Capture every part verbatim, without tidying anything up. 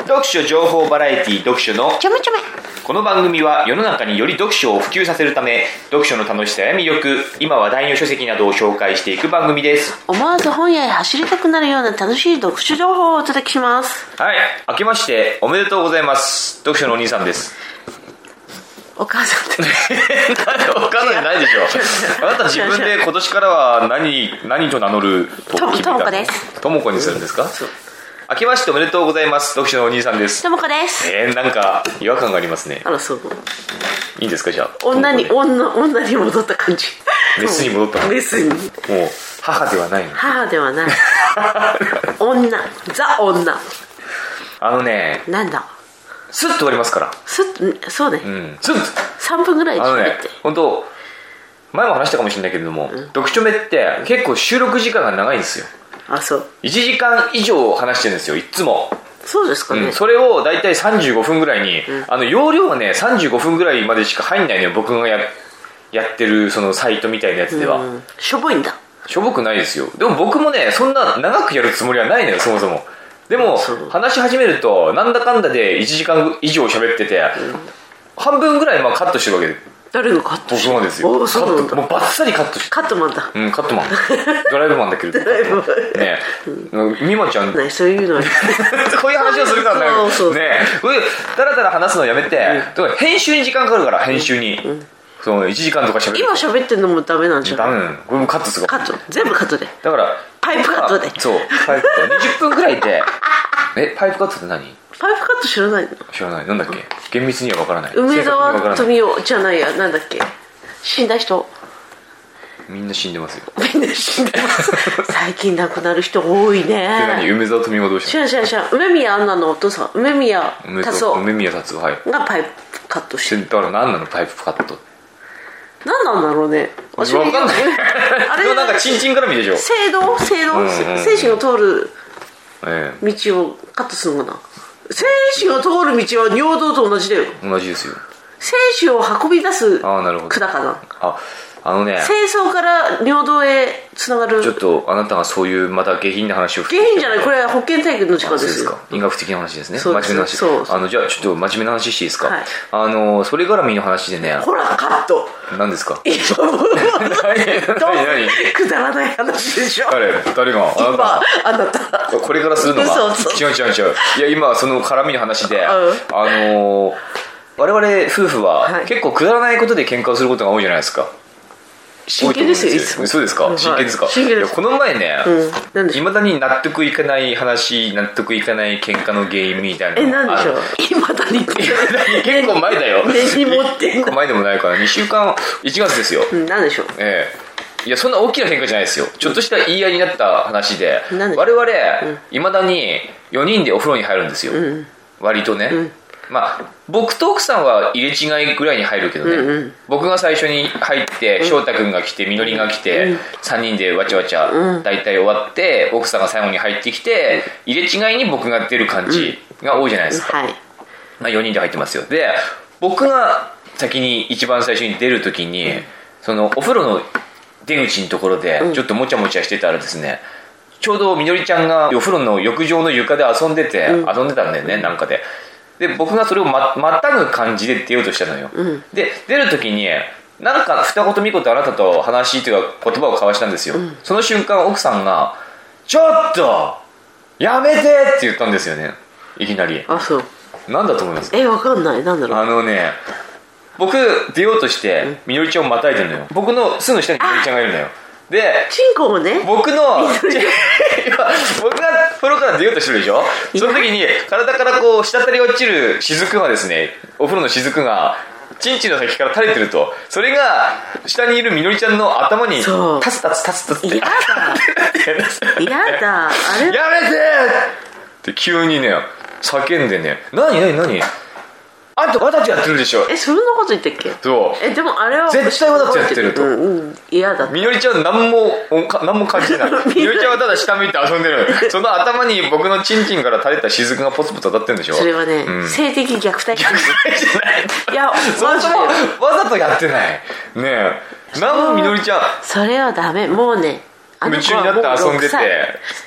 読書情報バラエティ読書のちょめちょめ。 この番組は世の中により読書を普及させるため、読書の楽しさや魅力、今話題の書籍などを紹介していく番組です。 思わず本屋へ走りたくなるような楽しい読書情報をお届けします。 はい、明けましておめでとうございます。読書のお兄さんです。 お母さんってお母さんじゃないでしょ。あなた自分で今年からは何何と名乗ると決めたの？ ともこです。 ともこにするんですか？そう。明けましておめでとうございます。読書のお兄さんです。 ともこです。 えー、なんか違和感がありますね。 あら、そう。 いいんですか、じゃあ。 女に女女に戻った感じ。 メスに戻ったの。 メスに。もう母ではないの。 母ではない。女、ザ女。 あのね。 なんだ。 スッと終わりますから。 スッ、そうね。 うん。スッと。 さんぷんぐらいであのね、本当前も話したかもしれないけれども、うん、読書目って結構収録時間が長いんですよ。 あ、そう。 いちじかん以上話してるんですよ、いつも。 そうですかね。うん、 それをだいたいさんじゅうごふんぐらいに、うん、あの容量がねさんじゅうごふんぐらいまでしか入んないのよ、僕が や, やってるそのサイトみたいなやつでは。うん、 しょぼいんだ。 しょぼくないですよ。でも僕もねそんな長くやるつもりはないのよ、そもそも。でも話し始めるとなんだかんだでいちじかん以上喋ってて、うん、半分ぐらいまあカットしてるわけで。 誰がカットしてる？ 僕なんですよ。 おそうなんだ。 もうバッサリカットして。 カットマンだ。 うん、カットマン。ドライブマンだけど。 ドライブマン。 ねえ、みまちゃん。 ね、そういうの。 こういう話をするからね。 そうそう。 ねえ、こういうだらだら話すのやめて、うん、編集に時間かかるから、編集に。うん、そのいちじかんとか喋る。 今喋ってんのもダメなんじゃない？ ダメなの。これもカットする。 カット。全部カットで。 だから、 パイプカットで。 そう、パイプカット。にじゅっぷんくらいで、え、パイプカットって何？ パイプカット知らないの？ 知らない。なんだっけ？厳密には分からない。 梅沢富美男じゃないや、なんだっけ？死んだ人。 みんな死んでますよ。 みんな死んでます最近亡くなる人多いね。 何？梅沢富美男どうしたの？ 違う違う違う。梅宮アンナのお父さん、梅宮達夫。 梅宮達夫、はい。 がパイプカットしてる。 だから何なのパイプカット。 何なんだろうね。 私分かんない。あれなんかチンチン絡みでしょ。 聖堂聖堂、うんうん、精子が通る道をカットするのかな。精子が通る道は尿道と同じだよ。 同じですよ。 精子を運び出す管かな。 あ、あのね、 精巣から尿道へつながる。 ちょっとあなたがそういうまた下品な話を。 下品じゃない、これは保健体育の時間ですよ。 医学的な話ですね。 真面目な話。 そうそう。 あのじゃあちょっと真面目な話していいですか。はい、あのそれ絡みの話でね。 ほらカット。 何ですか。 何何くだらない話でしょ。 誰誰が。 今あなた。 これからするのが。 そうそう。 違う違う違う。いや今その絡みの話で、うん、あの我々夫婦は結構くだらないことで喧嘩をすることが多いじゃないですか。 真剣ですよ、いつも。 そうですか、真剣ですか。 真剣です。 この前ね、いまだに納得いかない話、納得いかない喧嘩の原因みたいな。 え、なんでしょう。いまだに結構前だよ。 根に持って結構前でもないから、にしゅうかん、いちがつですよ。 なんでしょう。 ええ。いや、そんな大きな喧嘩じゃないですよ。ちょっとした言い合いになった話で、我々、いまだによにんでお風呂に入るんですよ。割とね。まあ、僕と奥さんは入れ違いぐらいに入るけどね、うんうん、僕が最初に入って翔太君が来てみのりが来て、うん、さんにんでわちゃわちゃ大体終わって、奥さんが最後に入ってきて入れ違いに僕が出る感じが多いじゃないですか、うんはい、まあ、よにんで入ってますよ。で僕が先に一番最初に出る時に、うん、そのお風呂の出口のところでちょっともちゃもちゃしてたらですね、ちょうどみのりちゃんがお風呂の浴場の床で遊んでて、うん、遊んでたんだよね、なんかでで僕がそれを ま, またぐ感じで出ようとしたのよ、うん、で出る時になんか二言三言あなたと話というか言葉を交わしたんですよ、うん、その瞬間奥さんがちょっとやめてって言ったんですよね、いきなり。あ、そう。なんだと思いますか。 え、わかんない、なんだろう。 あのね、僕出ようとしてみのりちゃんをまたいでるのよ。僕のすぐ下にみのりちゃんがいるのよ。でチンコをね、 僕の僕が風呂から出ようとしてるでしょ。その時に体からこう滴り落ちる雫がですね、お風呂の雫がチンチンの先から垂れてると、それが下にいるみのりちゃんの頭にタツタツタツタツってやだやだあれやめてって急にね叫んでね、何何何あんたわざとやってるでしょ。 え、そんなこと言ってっけ。 そう。 え、でもあれは絶対わざとやってると。 うんうん、嫌だ。 みのりちゃん何も何も感じない。みのりちゃんはただ下向いて遊んでる。その頭に僕のチンチンから垂れた雫がポツポツ当たってるんでしょ。 それはね、うん、性的虐待。虐待じゃない。いや、 そもそもわざとやってない。ねえ。なんみのりちゃん。 それはダメ。もうね、 夢中になって遊んでて。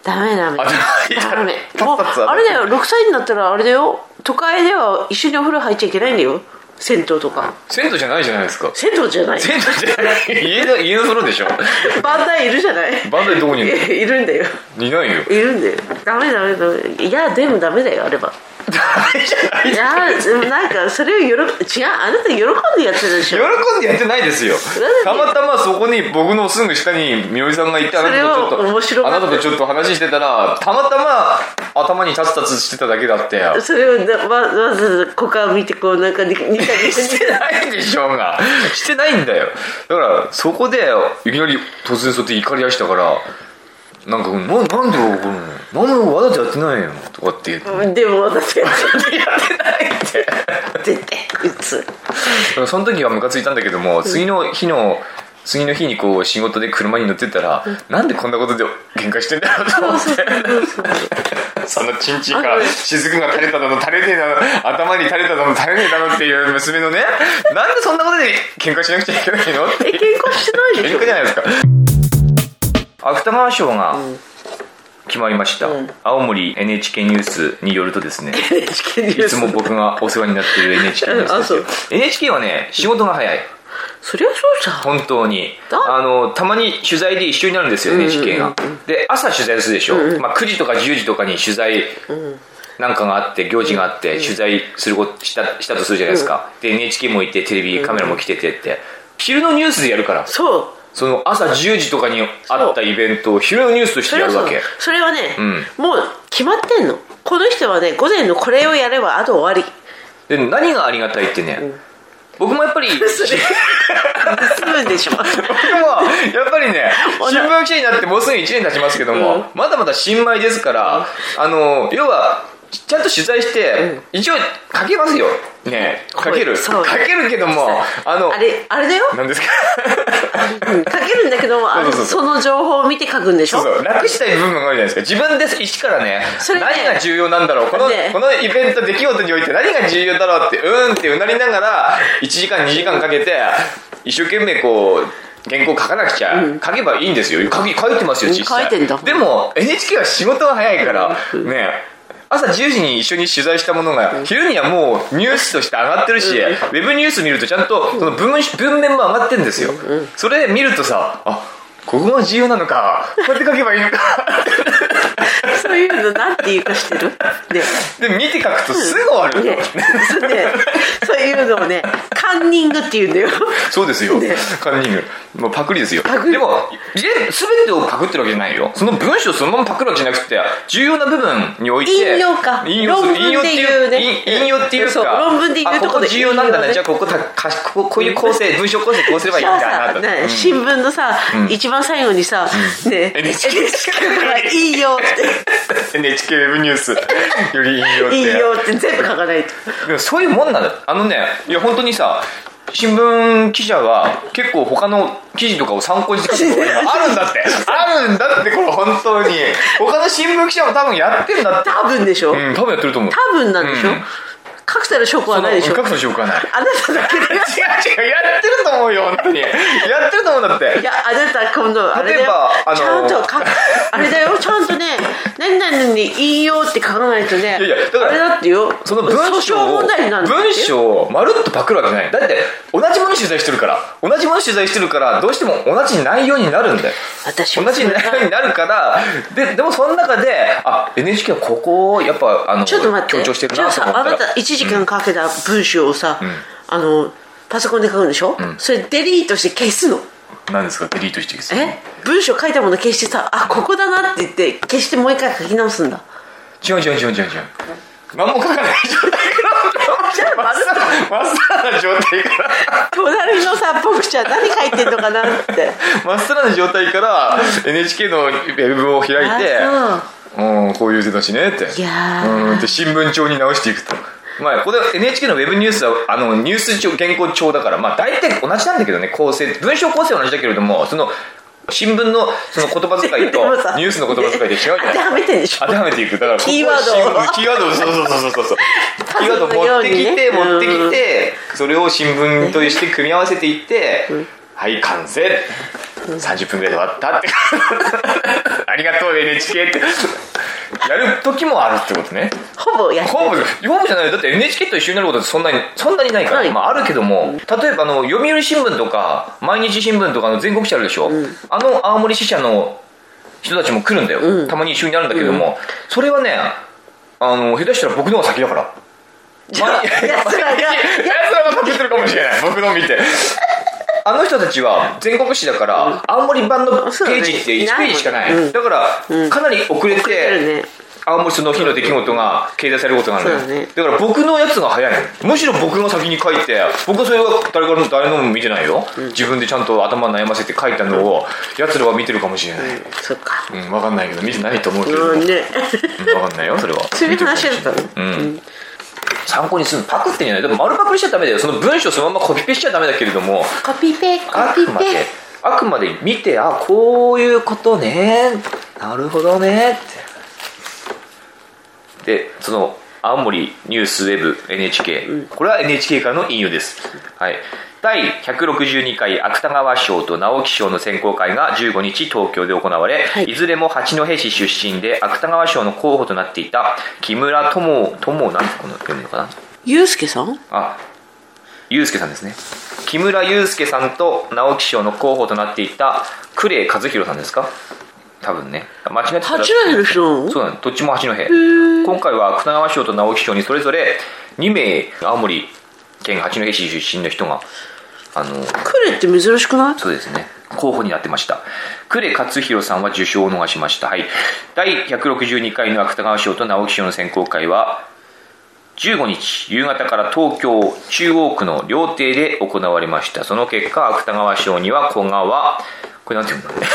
ダメダメあダメもうあれだよろくさいになったらあれだよ都会では一緒にお風呂入っちゃいけないんだよ銭湯とか銭湯じゃないじゃないですか銭湯じゃない銭湯じゃない家の家の風呂でしょバンダイいるじゃないバンダイどこにいるのいるんだよいないよいるんだよダメダメダメいやでもダメだよあればダメじゃないいやなんかそれを喜違うあなた喜んでやってるでしょ喜んでやってないですよたまたまそこに僕のすぐ下にみおりさんがいてあなたとちょっと面白あなたとちょっと話してたらたまたま頭にタツタツしてただけだってそれをわわざわざ股間見てこうなんか似たりしてないでしょうがしてないんだよだからそこでいきなり突然そうやって怒り出したからなんかななんで怒るの何もわざとやってないよとかって言ってでもわざとやってやってないって絶対打つその時はムカついたんだけども、うん、次の日の次の日にこう仕事で車に乗ってたら、うん、なんでこんなことで喧嘩してんだろうと思ってそのチンチンが雫が垂れただの垂れねえだの頭に垂れただの垂れねえだのっていう娘のねなんでそんなことで喧嘩しなくちゃいけないのってえ喧嘩してないでしょ喧嘩じゃないですか芥川賞が決まりました、うん、青森 エヌエイチケー ニュースによるとですねいつも僕がお世話になっている エヌエイチケー ニュースですよ エヌエイチケー はね仕事が早いそりゃそうじゃん本当にあのたまに取材で一緒になるんですよ、うんうんうん、エヌエイチケー がで朝取材するでしょ、うんうんまあ、くじとかじゅうじとかに取材なんかがあって行事があって取材することしたしたとするじゃないですか、うん、で エヌエイチケー もいてテレビカメラも来ててって昼のニュースでやるからそうその朝じゅうじとかにあったイベントを昼のニュースとしてやるわけそ, それはね、うん、もう決まってんのこの人はね午前のこれをやればあと終わりで何がありがたいってね、うん、僕もやっぱり盗むんでしょ僕もやっぱりね新聞記者になってもうすぐいちねん経ちますけども、うん、まだまだ新米ですから、うん、あの要はちゃんと取材して、うん、一応書けますよね書ける書けるけどもあのあれあれだよ何ですかうん、書けるんだけどもそうそうそうその情報を見て書くんでしょそうそう楽したい部分があるじゃないですか自分で一からね、ね何が重要なんだろうこの、ね、このイベント出来事において何が重要だろうってうーんってうなりながらいちじかんにじかんかけて一生懸命こう原稿書かなくちゃ、うん、書けばいいんですよ 書, 書いてますよ実際、 書いてんだでも エヌエイチケー は仕事が早いからね朝じゅうじに一緒に取材したものが昼にはもうニュースとして上がってるし、ウェブニュース見るとちゃんとその 文, 文面も上がってるんですよ。それ見るとさあここが重要なのかこうやって書けばいいのかそういうのなんて言うかしてるでで見て書くとすぐ終わる、ねね、 そういうのをねカンニングって言うんだよそうですよ、ね、カンニングもうパクリですよでも全てをパクってるわけじゃないよその文章をそのままパクるわけじゃなくて重要な部分において引用か引用する引用っていう、ね、引用っていうか論文で言うとこでここ重要なんだねじゃあここたかここういう構成文章構成こうすればいいんだなと、ねうん、新聞のさ、うん、一番最後にさ、うん、ね エヌエイチケー からいいよってエヌエイチケー ウェブニュースより引用って引用って全部書かないとでもそういうもんなんだあのねいや本当にさ新聞記者は結構他の記事とかを参考にして書くことがあるんだってあるんだってこれ本当に他の新聞記者も多分やってるんだって多分でしょ、 うん、多分やってると思う多分なんでしょ、うん書くたら証拠はないでしょ書くたら証拠はないあなただけで違う違うやってると思うよ本当にやってると思うんだっていやあなた今度あれだよあのー、ちゃんと書あれだよちゃんとね何々に引用って書かないとねいやいやだからあれだってよその文章を文章をまるっとパクるわけじゃないだって同じもの取材してるから同じもの取材してるからどうしても同じ内容になるんだよ私同じ内容になるからででもその中であ エヌエイチケー はここをやっぱあのちょっと待って強調してるなと思ったらあなたいちじかんかけた文章をさ、うん、あのパソコンで書くんでしょ、うん、それデリートして消すの何ですかデリートして消すのえ文章書いたもの消してさあここだなって言って消してもう一回書き直すんだ違う違う違う違う違う何も書かない状態から真っさらな状態から隣のさ僕ちゃん何書いてんのかなって真っさらな状態から エヌエイチケー のウェブを開いてうん、こういう手だしねっていやうんで新聞帳に直していくとまあ、これ エヌエイチケー のウェブニュースはあのニュース帳原稿帳だから、まあ、大体同じなんだけどね構成文章構成は同じだけれどもその新聞のその言葉遣いとニュースの言葉遣いで違うじゃない当てはめてんでしょ当てはめていくだからここキーワードキーワードそうそうそうそうそうキーワード持ってきて、ね、持ってきてそれを新聞として組み合わせていって、うん、はい完成さんじゅっぷんぐらいで終わったってありがとう エヌエイチケー ってやる時もあるってことね。 ほぼやってる。 ほぼほぼじゃない。だって エヌエイチケー と一緒になることってそんなにそんなにないから、まあ、あるけども、例えばあの読売新聞とか毎日新聞とかの全国紙あるでしょ、うん、あの青森支社の人たちも来るんだよ、うん、たまに一緒になるんだけども、うん、それはね、あの下手したら僕の方が先だから。 じゃあやつらがやつらが食べてるかもしれない僕の見てあの人たちは全国紙だから、うん、青森版のページっていちページしかない、うん、だから、うん、かなり遅れて、ね、青森その日の出来事が掲載されることがあるの、ね、だから僕のやつが早いの。むしろ僕が先に書いて、僕はそれは誰から誰のも見てないよ、うん、自分でちゃんと頭悩ませて書いたのをやつらは見てるかもしれない、うん、 そっか、 うん、分かんないけど見てないと思うけど、うんね、分かんないよそれは。 そういう話だったの、 うん、うん参考にするのパクってんじゃない。でも丸パクリしちゃダメだよ。その文章そのままコピペしちゃダメだけれども、 コピペコピペあくまで見て、あこういうことね、なるほどねってで、その青森ニュースウェブ エヌエイチケー、うん、これは エヌエイチケー からの引用です、はい、だいひゃくろくじゅうにかい芥川賞と直木賞の選考会がじゅうごにち東京で行われ、はい、いずれも八戸市出身で芥川賞の候補となっていた木村智智なんてこの読むのかな、 祐介さん、 あ祐介さんですね。木村祐介さんと直木賞の候補となっていた呉和弘さんですか、多分ね。間違ってたら八戸の人、 そうなんどっちも八戸。今回は芥川賞と直木賞にそれぞれにめい青森県八戸市出身の人が、あの呉って珍しくない？ そうですね、候補になってました。呉勝弘さんは受賞を逃しました、はい、だいひゃくろくじゅうにかいの芥川賞と直木賞の選考会はじゅうごにち夕方から東京中央区の料亭で行われました。その結果芥川賞には小川、これなんて読むの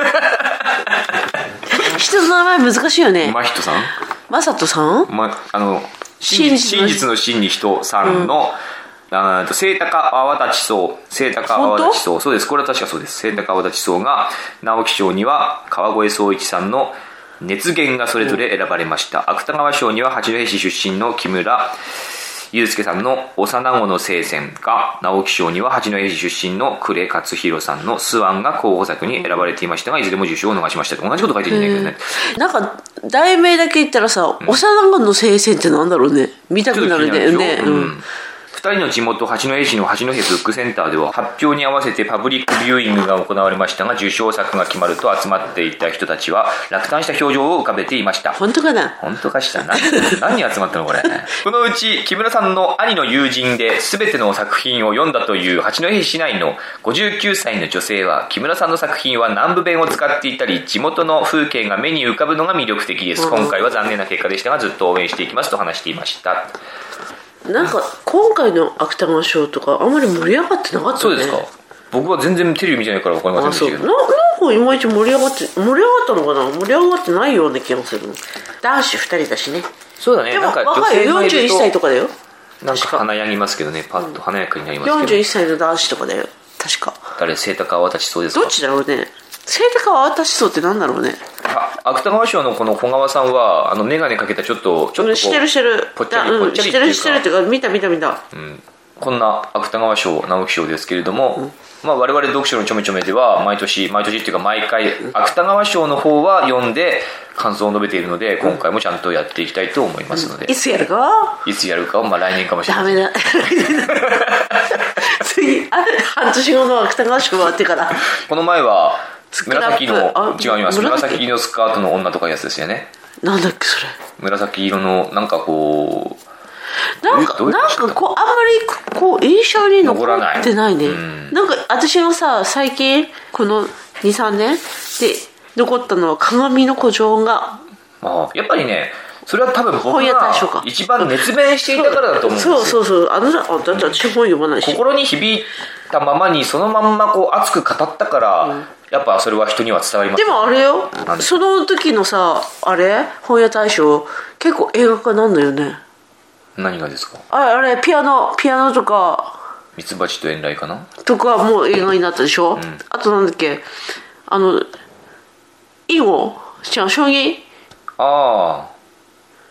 人の名前難しいよね。 真人さん、 正人さん、 ま、あの真実の真に人さんの、うん、あ清高泡立ち層、清高泡立ち層、そうです、これは確かそうです。清高泡立ち層が直木賞には川越宗一さんの熱源がそれぞれ選ばれました、うん、芥川賞には八戸市出身の木村祐介さんの幼子の聖戦が、直木賞には八戸市出身の呉勝弘さんのスワンが候補作に選ばれていましたが、いずれも受賞を逃しました。同じこと書いてるんだけどね、 なんか題名だけ言ったらさ、うん、幼子の聖戦ってなんだろうね、見たくなるね。ね、うん、 ふたりの地元八戸市の八戸ブックセンターでは発表に合わせてパブリックビューイングが行われましたが、受賞作が決まると集まっていた人たちは落胆した表情を浮かべていました。 本当かな、 本当かした何何人集まったのこれこのうち木村さんの兄の友人で全ての作品を読んだという八戸市内のごじゅうきゅうさいの女性は、木村さんの作品は南部弁を使っていたり地元の風景が目に浮かぶのが魅力的です、うん、今回は残念な結果でしたがずっと応援していきますと話していました。 なんか今回の芥川賞とかあんまり盛り上がってなかったね。 そうですか。僕は全然テレビ見てないから分かりませんでしたけど、 ななんかいまいち盛り上がって盛り上がったのかな、盛り上がってないような気がする。男子ふたりだしね。 そうだね。 でも若いよ、よんじゅういっさいとかだよ。 なんか華やぎますけどね、パッと華やかになりますけど、 よんじゅういっさいの男子とかだよ確か。 誰、清高泡立ちそうですか。 どっちだろうね。清高泡立ちそうってなんだろうね。 あ、芥川賞のこの小川さんはあの眼鏡かけたちょっとちょっとこうしてるしてるぽっちゃりぽっちゃりしてるしてるっていうか見た見た見た、 うん、こんな芥川賞直木賞ですけれども、うん、まあ、我々読書のちょめちょめでは毎年毎年っていうか毎回芥川賞の方は読んで感想を述べているので、今回もちゃんとやっていきたいと思いますので、 いつやるかいつやるかはまあ来年かもしれない。 ダメだ次あ半年後の芥川賞終わってからこの前は紫の違います紫のスカートの女とかいうやつですよね。 なんだっけそれ。 紫色のなんかこうなんかなんかこうあんまりこう印象に残ってないね。うん、なんか私がさ最近この にさんねんで残ったのは鏡の古城が、 あやっぱりねそれは多分僕が一番熱弁していたからだと思うんですよ。 そうそうそうあのだって私本読まないし、 心に響いたままにそのまんまこう熱く語ったから、うん、やっぱそれは人には伝わります。 でもあれよ、その時のさあれ本屋大賞結構映画化なんだよね。 何がですか。 あれあれピアノピアノとかミツバチと遠雷かなとかもう映画になったでしょ、うん、あとなんだっけあの囲碁違う将棋、 ああ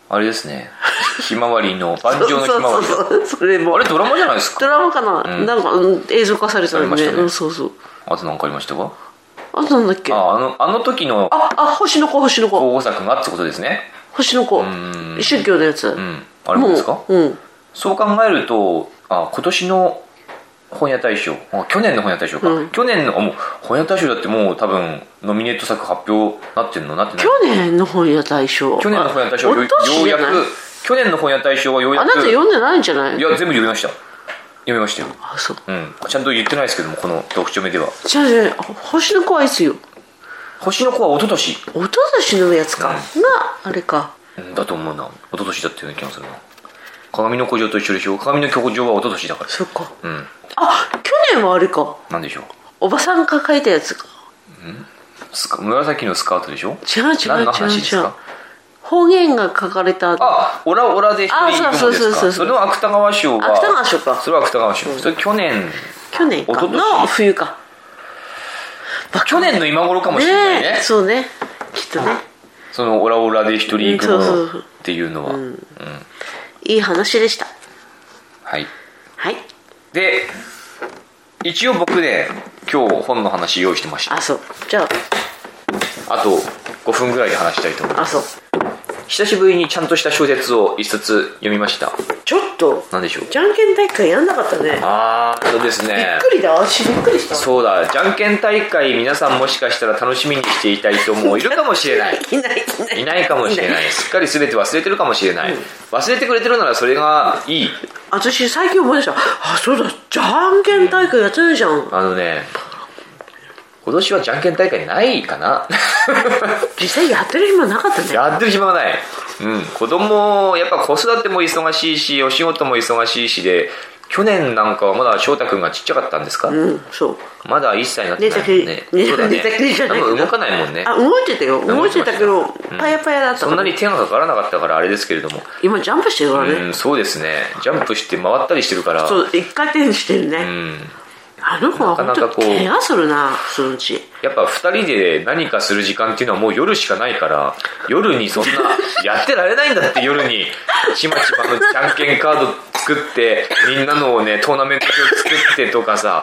あれですね、ひまわりの盤上のひまわり。 そうそうそう、それもあれドラマじゃないですか。 ドラマかな、うん、なんか、うん、映像化されたよね。 ね、 うん、そうそう。 あと何かありましたか。 あとなんだっけ。 ああのあの時のああ星の子星の子候補作がってことですね。 星の子、宗教のやつ、うん、 あれもですか。 うん、 そう考えると、あ今年の本屋大賞、あ去年の本屋大賞か、うん、去年のもう本屋大賞だってもう多分ノミネート作発表なってんのなってない。 去年の本屋大賞去年の本屋大賞ようやく去年の本屋大賞はようやく。 あなた読んでないんじゃない。 いや全部読みました。読みましたよ。 あそう、 うん、ちゃんと言ってないですけどもこの読書目では。 じゃあね、星の子はいつよ。 星の子は一昨年。一昨年のやつか、うん、があれか、 うん、だと思うな。一昨年だったような気がするな。鏡の古城と一緒でしょ。鏡の古城は一昨年だから。 そっか、 うん、 あ去年はあれか。 なんでしょう。 おばさんが書いたやつか、 うん、紫のスカートでしょ。 違う違う違う違う。何の話ですか。方言が書かれた。 あ、オラオラで一人いるのですか。そうそうそうそう。それの芥川賞は。 芥川賞か。 それは芥川賞。うん、それ去年。 去年かの冬か。 去年の今頃かもしれないね。 ね、そうね。きっとね。 そのオラオラで一人行くのっていうのは、うんうん、 いい話でした。 はいはい。 で一応僕ね今日本の話用意してました。 あそう。じゃああとごふんぐらいで話したいと思います。 あそう。 久しぶりにちゃんとした小説を一冊読みました。 ちょっと何でしょう。 じゃんけん大会やんなかったね。 ああそうですね。 びっくりだ。私びっくりした。 そうだ、じゃんけん大会皆さんもしかしたら楽しみにしていたい人もいるかもしれない。 いないいないいないかもしれない。すっかり全て忘れてるかもしれない、うん、忘れてくれてるならそれがいい。 私最近思い出した。あそうだ、じゃんけん大会やってないじゃん、 うん、あのね今年はじゃんけん大会ないかな。 実際やってる暇なかったね。 やってる暇がない、うん、子供やっぱ子育ても忙しいしお仕事も忙しいしで、去年なんかはまだ翔太君がちっちゃかったんですか。 うんそう。 まだいっさいになってないもんね。 寝たきり寝たきりじゃない。 多分動かないもんね。 あ動いてたよ。動いてたけどパヤパヤだった、 うん、そんなに手がかからなかったからあれですけれども、 今ジャンプしてるからね。 うんそうですね。ジャンプして回ったりしてるから。 そう一回転してるね。うんあの子は本当に怪我するな、そのうち。 やっぱふたりで何かする時間っていうのはもう夜しかないから、夜にそんなやってられないんだって。夜にちまちまのじゃんけんカード作ってみんなのねトーナメント表作ってとかさ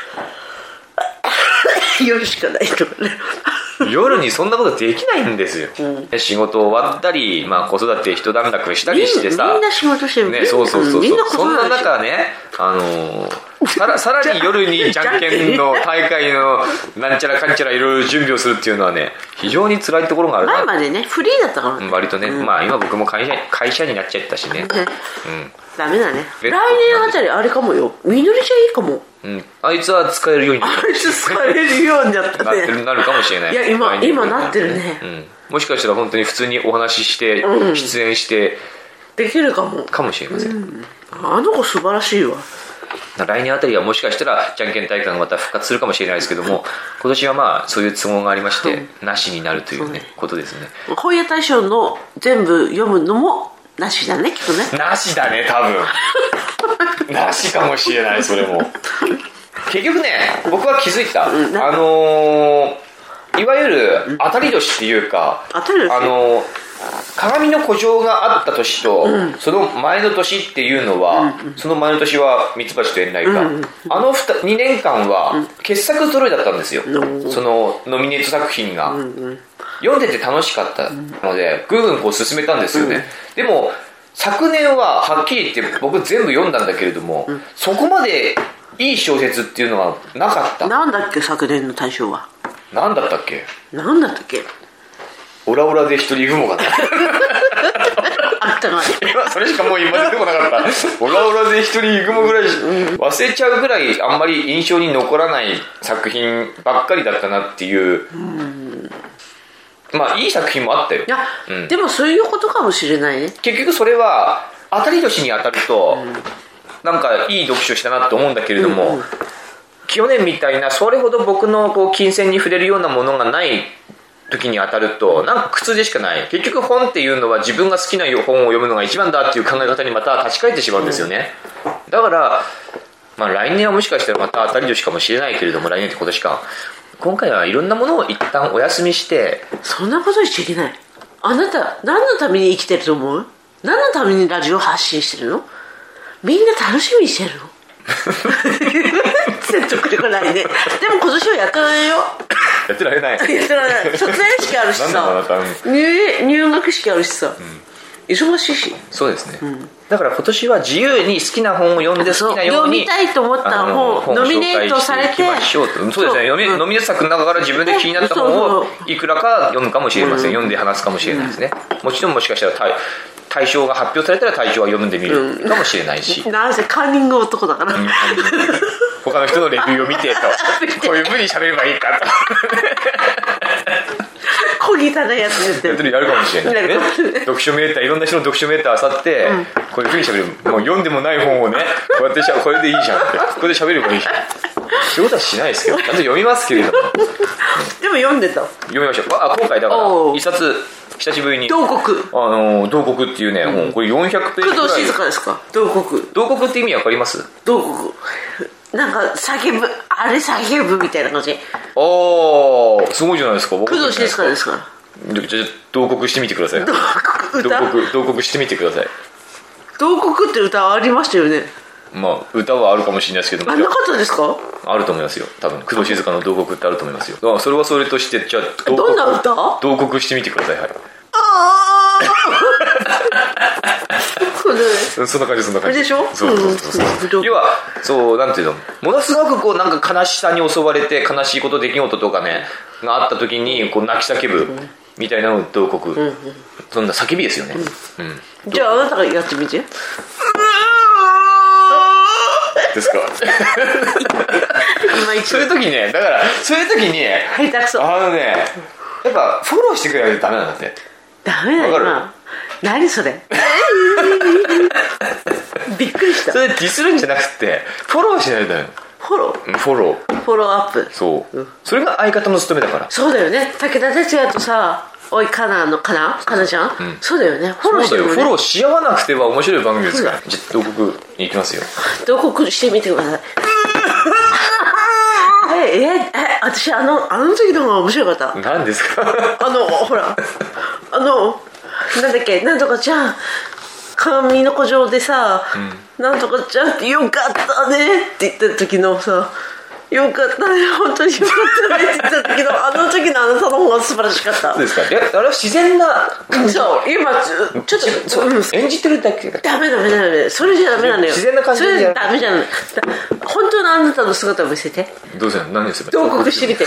夜しかないとかね。 夜にそんなことできないんですよ、うん、仕事終わったり、まあ、子育て一段落したりしてさ、 みんな仕事してる、 ね、そうそうそうそう、みんなそんな中ね、あのー、さらさらに夜にじゃんけんの大会のなんちゃらかんちゃらいろいろ準備をするっていうのはね非常に辛いところがあるな。 前までねフリーだったからね、 割とね、うん、まあ今僕も会社会社になっちゃったしね、うん、 ダメだね。来年あたりあれかもよ、みのりちゃんいいかも。 うん、あいつは使えるようになった。 あいつ使えるようになったね。 なってるなるかもしれない。 いや今今なってるね、 うん、もしかしたら本当に普通にお話しして、うん、出演してできるかもかもしれません、うん、 あの子素晴らしいわ。 来年あたりはもしかしたらじゃんけん大会がまた復活するかもしれないですけども、今年はまあそういう都合がありまして、うん、なしになるというね、ことですね。 本屋大賞の全部読むのもなしだねきっとね。 なしだね多分。なしかもしれないそれも。結局ね僕は気づいた、うん、あのー、いわゆる当たり年っていうか、 当たり年、 あのー、鏡の古城があった年と、うん、その前の年っていうのは、うん、その前の年はミツバチと縁来か、うん、あのにねんかんは傑作揃いだったんですよ、うん、そのノミネート作品が、うん、読んでて楽しかったのでぐんぐんこう進めたんですよね、うん、でも昨年ははっきり言って僕全部読んだんだけれども、うん、そこまでいい小説っていうのがなかった。 なんだっけ昨年の大賞は。 なんだったっけ。 なんだったっけ。 オラオラで一人雲がね。 あったな。 それしかもう今出てこなかった。オラオラで一人雲ぐらい、忘れちゃうぐらいあんまり印象に残らない作品ばっかりだったなっていう。うん、まあいい作品もあったよ。 いや、うん、でもそういうことかもしれないね。 結局それは当たり年に当たると、うん、なんかいい読書したなと思うんだけれども、うんうん、去年みたいなそれほど僕のこう金銭に触れるようなものがない時に当たるとなんか苦痛でしかない。結局本っていうのは自分が好きな本を読むのが一番だっていう考え方にまた立ち返ってしまうんですよね、うん、だから、まあ、来年はもしかしたらまた当たり年かもしれないけれども、来年って今年か、今回はいろんなものを一旦お休みして。 そんなことしちゃいけない。あなた何のために生きてると思う。 何のためにラジオ発信してるの？みんな楽しみにしてるの？説得力ないね。でも今年はやってられないよ。 やってられない。 やってられない。卒園式あるしさ、入, 入学式あるしさ、うん、忙しいし。 そうですね、うん、だから今年は自由に好きな本を読んで好きなように読みたいと思った本ノミネートされて、 そうですね、ノミ、うん、ノミネート作の中から自分で気になった本をいくらか読むかもしれません、うん、読んで話すかもしれないですね、うん、もちろんもしかしたら対象が発表されたら対象は読んでみるかもしれないし、 うん、なんせカンニング男だから、うん、 他の人のレビューを見てとこういう風に喋ればいいかと小汚いやつ言ってるやるかもしれないね。読書メーター、いろんな人の読書メーターあさって、うん、こういう風に喋る、もう読んでもない本をねこうやってしゃこれでいいじゃんってこれで喋ればいいじゃんそういうことはしないですけど、ちゃんと読みますけれどもでも読んでた。 読みましょう。あ、今回だから一冊久しぶりに同国、 あの同国っていうね、うん、これよんひゃくページぐらい。 工藤静香ですか？同国。 同国って意味わかります？ 同国なんか叫ぶ、あれ叫ぶみたいな感じ。ああ、すごいじゃないですか。 工藤静香ですから。 じゃあ同国してみてください。同国歌？同国同国してみてください。 同国って歌ありましたよね。 まあ歌はあるかもしれないですけども。 あ、なかったですか？ あると思いますよ。多分工藤静香の同国ってあると思いますよ。だからそれはそれとしてじゃあ同国どんな歌？ 同国してみてください。はい。 ああ。 そんな感じそんな感じでしょ。 そうそうそうそう、うん、要はそうなんていうの、ものすごくこうなんか悲しさに襲われて悲しいこと出来事とかねがあった時にこう泣き叫ぶみたいなのを同国、うんうん、そんな叫びですよね、うんうん、 じゃああなたがやってみて。 ですかそういう時ね、だからそういう時に下手くそ、 あのねやっぱフォローしてくれないとダメなんだって。 ダメだよ。何それびっくりした。 それディスるんじゃなくてフォローしないとダメ。 フォローフォローフォローアップ。 そう、うん、それが相方の務めだから。 そうだよね。武田鉄矢とさ、おいカナのカナカナちゃん、うん、そうだよね。フォローしてるよね。 フォローし合わなくては面白い番組ですから。じゃあ同国に行きますよ。 同国してみてくださいえええ私あのあの時の方が面白かった。 何ですかあのほらあのなんだっけ、なんとかちゃん髪の古城でさ、うん、なんとかちゃんってよかったねって言った時のさ、よかったね本当によかったねって言った時のあの時のあなたの方が素晴らしかった。 そうですか。いやあれは自然なそう今ちょっとそう、うん、 演じてるだけがダメダメダメ、それじゃダメなのよ。 自然な感じでそれじゃダメじゃない。本当のあなたの姿を見せて。 どうせ何ですか。 同国してみて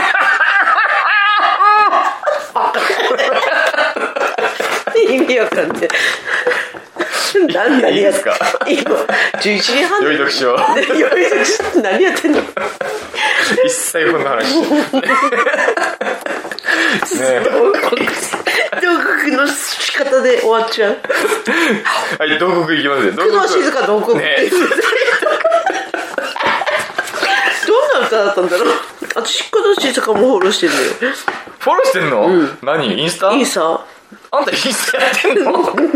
意味わかんない何何やつか今じゅういちじはん良い読書良い読書何やってんの一切こんな話ねえ同国の仕方で終わっちゃうはい同国いきますよ。 工藤静香同国、ね、どんな歌だったんだろう。私工藤静香もフォローしてるんだよ。 フォローしてんの、うん、何インスタインスタあんたインスタやってんの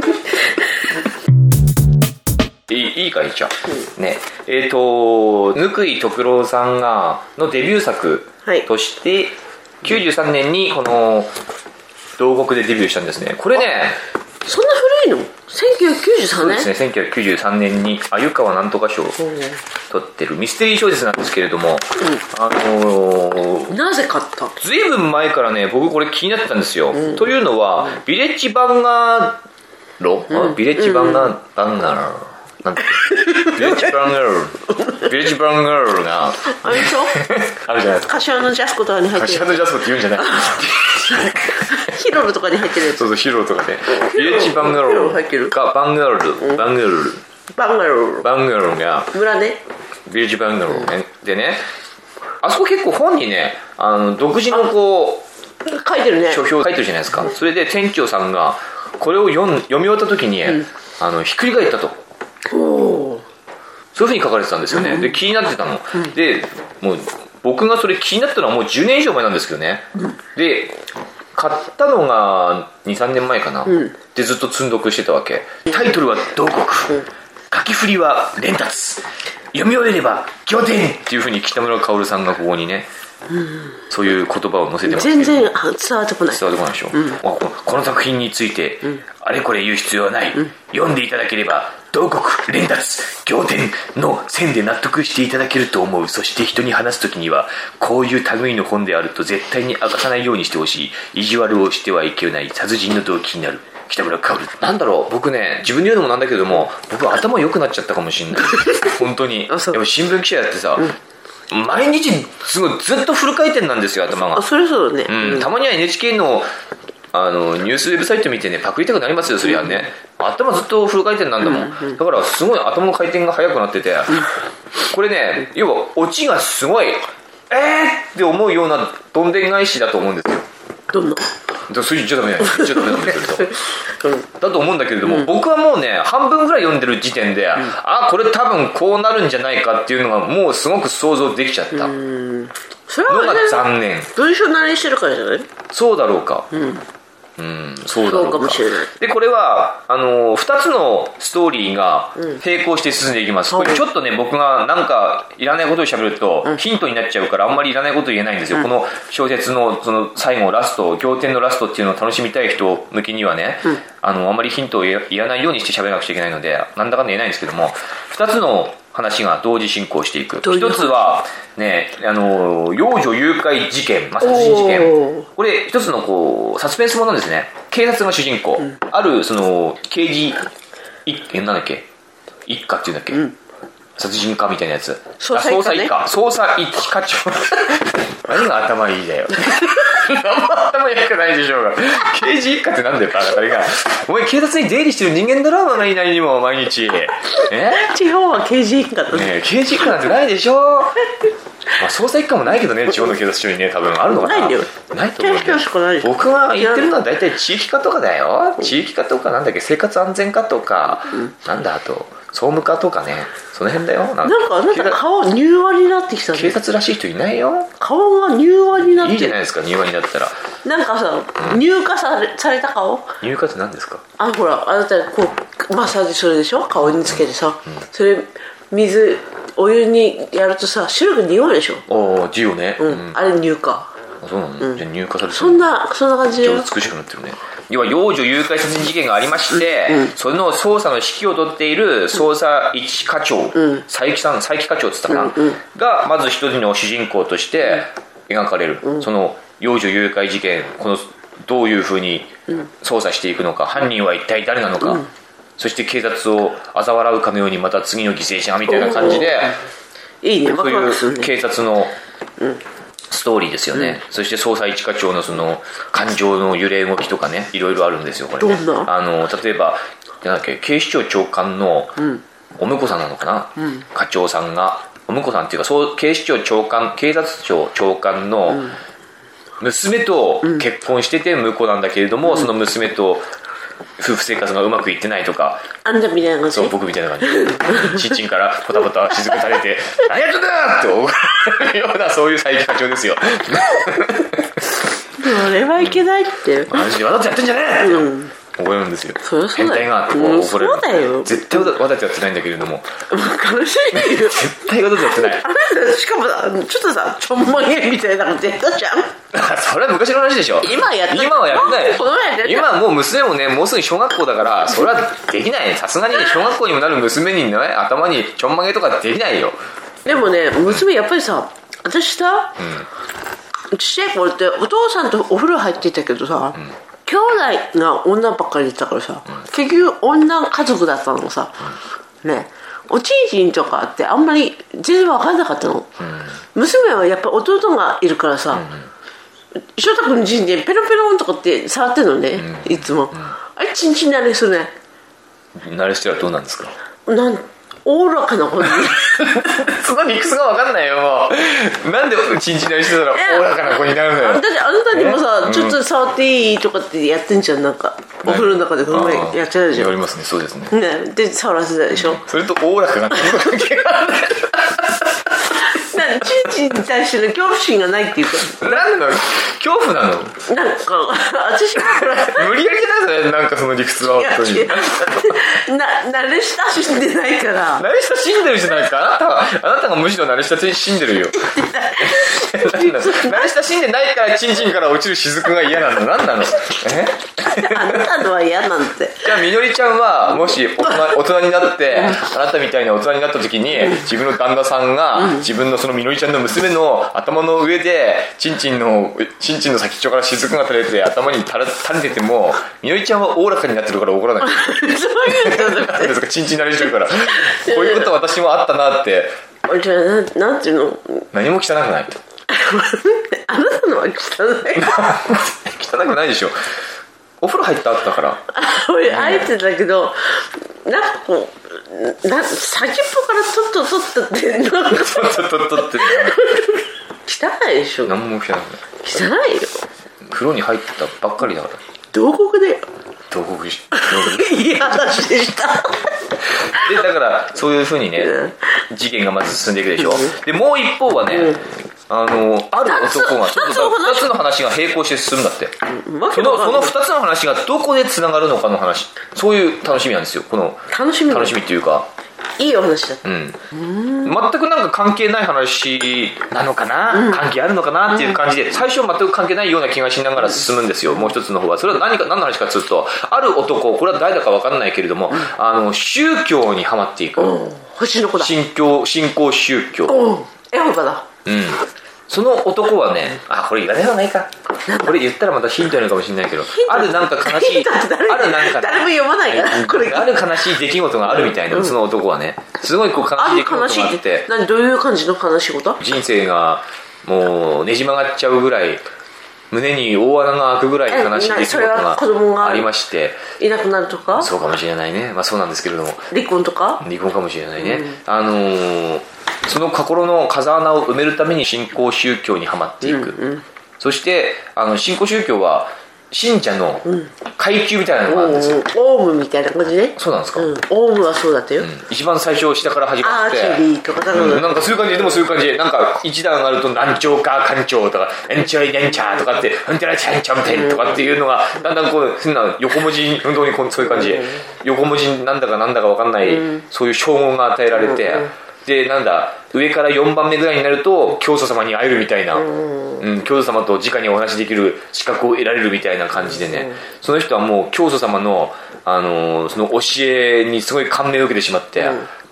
いい, いいかいじゃあ、うん、ねえっ、ー、と貫井徳郎さんがのデビュー作として、はい、きゅうじゅうさんねんにこの同国でデビューしたんですね。これねそんな古いの？せんきゅうひゃくきゅうじゅうさんねん。 そうですね、せんきゅうひゃくきゅうじゅうさんねんに鮎川なんとか賞を取ってるミステリー小説なんですけれども、うん、あのー、 なぜ買った？ ずいぶん前からね僕これ気になってたんですよ、うん、というのは、うん、ビレッジバンガロ、うん、ビレッジバンガ、うん、バンガロなんてビレッジバンガロビレッジバンガロがあれでしょあるじゃないですか。 柏のジャスコとかに入ってる。 柏のジャスコって言うんじゃないヒロルとかに入ってるやつ。 そうそうヒロルとかね。ビレッジバンガロがバンガロルバンガロルバンガロルバンガロルが村ね。 ビレッジバンガロルね、うん、でねあそこ結構本にねあの独自のこう書いてるね。 書評書いてるじゃないですか、うん、それで店長さんがこれを読ん読み終わった時に、うん、あのひっくり返ったと。おそういうふうに書かれてたんですよね、うん、で気になってたの、うん、でもう僕がそれ気になったのはもうじゅうねん以上前なんですけどね、うん、で買ったのが にさんねんまえかな、うん、でずっと積んどくしてたわけ。タイトルは同国、うん、書き振りは連達、読み終えれば仰天っていうふうに北村薫さんがここにねうん、そういう言葉を載せてますけど全然伝わってこない伝わってこないでしょ、うん、この作品について、うん、あれこれ言う必要はない、うん、読んでいただければ同国連達仰天の線で納得していただけると思う。そして人に話すときにはこういう類の本であると絶対に明かさないようにしてほしい。意地悪をしてはいけない殺人の動機になる北村薫。なんだろう、僕ね自分で言うのもなんだけども、僕頭良くなっちゃったかもしれない本当にやっぱ新聞記者やってさ、うん、毎日すごいずっとフル回転なんですよ頭が。 それそうだね、 うん、たまには エヌエイチケー のあのニュースウェブサイト見てねパクりたくなりますよそりゃね、うん、頭ずっとフル回転なんだもん、うんうん、だからすごい頭の回転が速くなってて、うん、これね要はオチがすごいえーって思うようなどんでん返しだと思うんですよ。 どんなそう言っちゃダメだよ言っちゃダメなんですけどだと思うんだけれども、うん、僕はもうね半分ぐらい読んでる時点で、うん、あこれ多分こうなるんじゃないかっていうのがもうすごく想像できちゃった。うんそれは、ね、 のが残念。 文章慣れしてるからじゃない？ そうだろうか。うんうん、そうだろうか。 そうかもしれない。 でこれはあのふたつのストーリーが並行して進んでいきます、うん、これちょっとね僕がなんかいらないことを喋るとヒントになっちゃうからあんまりいらないこと言えないんですよ、うん、この小説のその最後ラスト仰天のラストっていうのを楽しみたい人向けにはね、うん、あのあんまりヒントを言わないようにして喋らなくちゃいけないのでなんだかんだ言えないんですけども、ふたつの話が同時進行していく。一つはね、あの幼女誘拐事件、まあ、殺人事件。これ一つのこうサスペンスものですね。警察が主人公、うん、あるその刑事一えなんだっけ一課っていうんだっけ、うん、殺人課みたいなやつ。 捜査一課、ね、 捜査一課捜査一課長何が頭いいだよ何も頭良くないでしょうが刑事一課ってなんだよバカ誰がお前警察に出入りしてる人間だろうがいないにも毎日え地方は刑事一課だね。 ね刑事一課なんてないでしょまあ捜査一課もないけどね地方の警察署にね多分あるのかな。 ないんだよ。 ないと思うんだよ。僕が言ってるのは大体地域課とかだよ。地域課とかなんだっけ生活安全課とか、うん、なんだあと総務課とかねその辺だよ。なんかなんかあなた顔柔和になってきたね。 警察らしい人いないよ。 顔が柔和になっていいじゃないですか柔和になったら。 なんかさ、うん、乳化され、された顔。 乳化って何ですか。 あほらあなたこうマッサージするでしょ顔につけてさ、うん、それ水お湯にやるとさ白く濁るでしょ。 ああジオね、 うんうん、あれ乳化。 あそうなの、うん、じゃあ乳化されてる。 そんなそんな感じで美しくなってるね。要は幼女誘拐殺人事件がありまして、うん、その捜査の指揮を執っている捜査一課長、うん、佐伯さん佐伯課長って言ったかな、うんうん、がまず一人の主人公として描かれる、うん、その幼女誘拐事件このどういうふうに捜査していくのか、犯人は一体誰なのか、うん、そして警察を嘲笑うかのようにまた次の犠牲者みたいな感じでいいね、 そういう警察のストーリーですよね、うん、そして捜査一課長のその感情の揺れ動きとかねいろいろあるんですよこれね。 どんなあの例えばなんだっけ警視庁長官のお婿さんなのかな、うん、課長さんがお婿さんっていうかそう警視庁長官警察庁長官の娘と結婚してて婿なんだけれども、うん、その娘と夫婦生活がうまくいってないとか。 あんたみたいな感じ。 そう僕みたいな感じちんちんからポタポタ雫垂れて何やってんだって思うようなそういう佐伯課長ですよそれはいけないってマジでわざとやってんじゃねえって、うん怒れるんですよ。 そりゃそうだよ。 変態がって怒れる、うん、 そうだよ。 絶対わざとやってないんだけれども悲しいよ絶対わざとやってない。 あれしかもちょっとさちょんまげみたいなの出たじゃんそれは昔の話でしょ。 今やってない。 今はやってないこの前やって今もう娘もねもうすぐ小学校だからそれはできない。さすがにね小学校にもなる娘にね頭にちょんまげとかできないよ。 でもね娘やっぱりさ私さ、うん、ちっちゃい頃ってお父さんとお風呂入ってたけどさ、うん兄弟が女ばっかりだったからさ、うん、結局女家族だったのさ、うん、ねおちんちんとかってあんまり全然分かんなかったの、うん、娘はやっぱ弟がいるからさ、うん、翔太君のちんちんペロペロンとかって触ってるのね、うん、いつも、うん、あれちんちん慣れするね。 慣れしてはどうなんですか。 なんおおらかな子にその理屈が分かんないよもうなんでチンチン慣れしてたらおおらかな子になるのよ。 あなたにもさちょっと触っていいとかってやってんじゃん。なんかお風呂の中でこの前やっちゃうでしょ。 やりますねそうですね。 ねで触らせたでしょ、うん、 それとおおらかな子の関係があるねチンチンに対しての恐怖心がないっていうか。 なんなの恐怖なの。 なんか私は無理やりじゃないですね。なんかその理屈は本当に。 な慣れ親しんでないから。 慣れ親しんでるじゃないですか。あなたはあなたがむしろ慣れ親しんでるよ。慣れ親しんでないからチンチンから落ちる雫が嫌なの。なんなの。え？ あなたのは嫌なんて。 じゃあみのりちゃんはもし大人、大人になってあなたみたいな大人になった時に自分の旦那さんが自分のそのみのりちゃんの娘の頭の上でチンチンのチンチンの先っちょから雫が垂れて頭に垂れててもみのりちゃんはおおらかになってるから怒らない。 そういうなんですか。チンチン慣れしてるからこういうこと私もあったなって。 じゃあ な, なんていうの何も汚くないと。 あなたのは汚い。 汚くないでしょ。お風呂入った後だから俺入ってたけど、なんかこうな先っぽからとっととっとってなんかとっととっとって汚いでしょ。 何も汚くない。 汚いよ。 風呂に入ったばっかりだから。 同国で同国しいい話でしたでだからそういうふうにね、うん、事件がまず進んでいくでしょ。でもう一方はね、うんあのある男がちょっとふたつの話が並行して進むんだって、うん、そのそのふたつの話がどこでつながるのかの話、そういう楽しみなんですよ。この楽しみ楽しみっていうかいいお話だった、 うん、全くなんか関係ない話なのかな、うん、関係あるのかなっていう感じで最初は全く関係ないような気がしながら進むんですよ。もう一つの方はそれは何か何の話かというと、ある男、これは誰だか分からないけれども、うん、あの宗教にはまっていく、 うん、星の子だ。 信教信仰宗教、 うん、エホバだ。 うんその男はね、あ、これ言わない方がいいか。これ言ったらまたヒントになるかもしれないけど、あるなんか悲しい、あるなんか誰も読まないからこれある悲しい出来事があるみたいな、うん、その男はね、すごいこう悲しい出来事があって、 何どういう感じの悲しいこと？ 人生がもうねじ曲がっちゃうぐらい、胸に大穴が開くぐらい悲しい出来事がありまして、 いなくなるとか？ そうかもしれないね。まあそうなんですけれども、 離婚とか？ 離婚かもしれないね。うん、あのー。その心の風穴を埋めるために信仰宗教にはまっていく、うんうん、そしてあの信仰宗教は信者の階級みたいなのがあるんですよ、 うん、オウムみたいな感じね。 そうなんですか、 うん、オウムはそうだったよ、うん、 一番最初下から始まってアーチェリーとか、 うん、なんかそういう感じでもそういう感じでなんか一段上がると何丁か艦長とかエンチョイデンチャーとかってうんてらちゃんちゃんてんとかっていうのがだんだんこう変な横文字運動にそういう感じで横文字なんだかなんだか分かんない、うん、そういう称号が与えられて、うんうんでなんだ上からよんばんめぐらいになると教祖様に会えるみたいな、うんうん、教祖様と直にお話しできる資格を得られるみたいな感じでね、うん、その人はもう教祖様の、あのー、その教えにすごい感銘を受けてしまって、うん、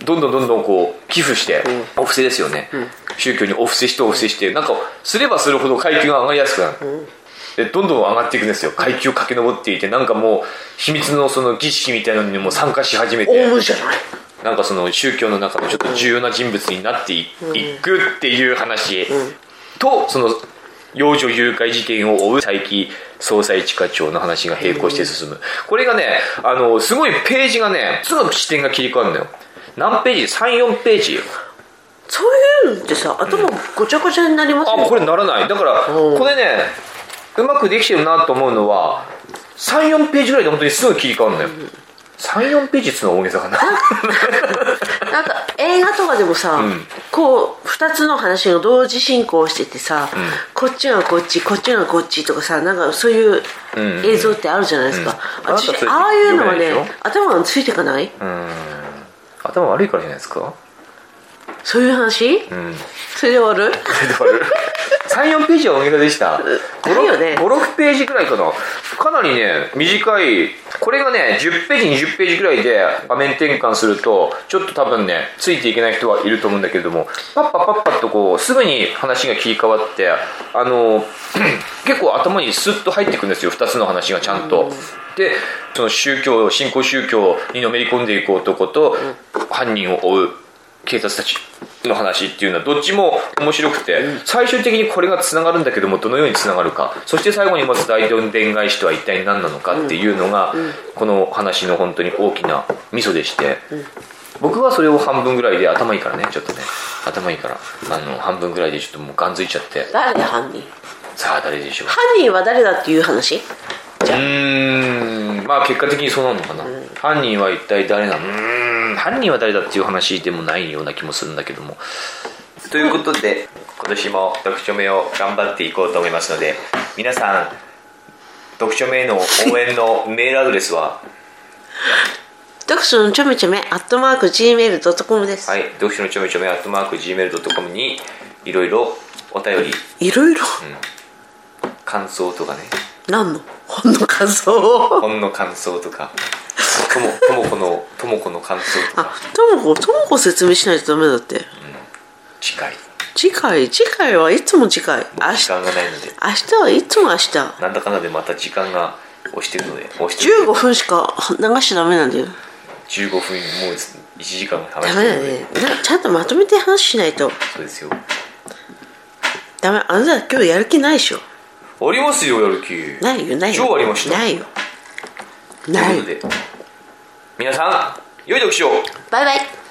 どんどんどんどんこう寄付して、うん、お布施ですよね、うん、宗教にお布施してお布施してなんかすればするほど階級が上がりやすくなる、うんでどんどん上がっていくんですよ。階級駆け上っていてなんかもう秘密のその儀式みたいなのにも参加し始めてオウムじゃないなんかその宗教の中のちょっと重要な人物になって い,、うん、いくっていう話、うん、とその幼女誘拐事件を追う佐伯捜査一課長の話が並行して進む、うん、これがねあのすごいページがねすぐ視点が切り替わるんだよ。何ページ ?さん、よんページ。 そういうのってさ頭ごちゃごちゃになりますね、 うん、あこれならない。だから、うん、これねうまくできてるなと思うのは さん、よんページぐらいで本当にすぐ切り替わるんだよ、うんさん、よんページっつうのは大げさかななんか映画とかでもさ、うん、こうふたつの話が同時進行しててさ、うん、こっちがこっちこっちがこっちとかさなんかそういう映像ってあるじゃないですか、うんうん、私ああいうのはね頭がついていかない？うん頭悪いからじゃないですかそういう話、うん、それで終わるそれで終わるさん、よんページは大げさでした。ご、ろくページくらいかな。かなりね短い。これがねじゅっページにじゅっページくらいで画面転換するとちょっと多分ねついていけない人はいると思うんだけれどもパッパパッパッとこうすぐに話が切り替わってあの結構頭にスッと入っていくんですよ。ふたつの話がちゃんと。でその宗教新興宗教にのめり込んでいく男と犯人を追う警察たちの話っていうのはどっちも面白くて最終的にこれがつながるんだけどもどのようにつながるかそして最後に持つ大どんでん返しとは一体何なのかっていうのがこの話の本当に大きなミソでして僕はそれを半分ぐらいで頭いいからねちょっとね頭いいからあの半分ぐらいでちょっともうガンづいちゃって誰だ犯人さあ誰でしょう犯人は誰だっていう話じゃあうーんまあ結果的にそうなのかな、うん、犯人は一体誰なのうーん犯人は誰だっていう話でもないような気もするんだけどもということで今年も読書目を頑張っていこうと思いますので、皆さん読書目への応援のメールアドレスは読書のちょめちょめアットマーク ジーメールドットコム です。 はい、読書のちょめちょめアットマーク ジーメールドットコム にいろいろお便り、 いろいろ、 うん、感想とかね、 何の本の感想本の感想とかともともこのともこの感想とか、 あ、ともこともこ説明しないとダメだって、うん、 次回次回次回はいつも次回、 時間がないので明日はいつも明日なんだかんだでまた時間が押してるので押してるじゅうごふんしか流しちゃダメなんだよ。 じゅうごふん、もういちじかん話してるのでダメだね。ちゃんとまとめて話しないと。 そうですよ。 ダメ、あなた今日やる気ないでしょ。 ありますよ、やる気。 ないよ、ないよ。 今日ありました。 ないよ。ない。 ということで皆さん良い読書を。 バイバイ。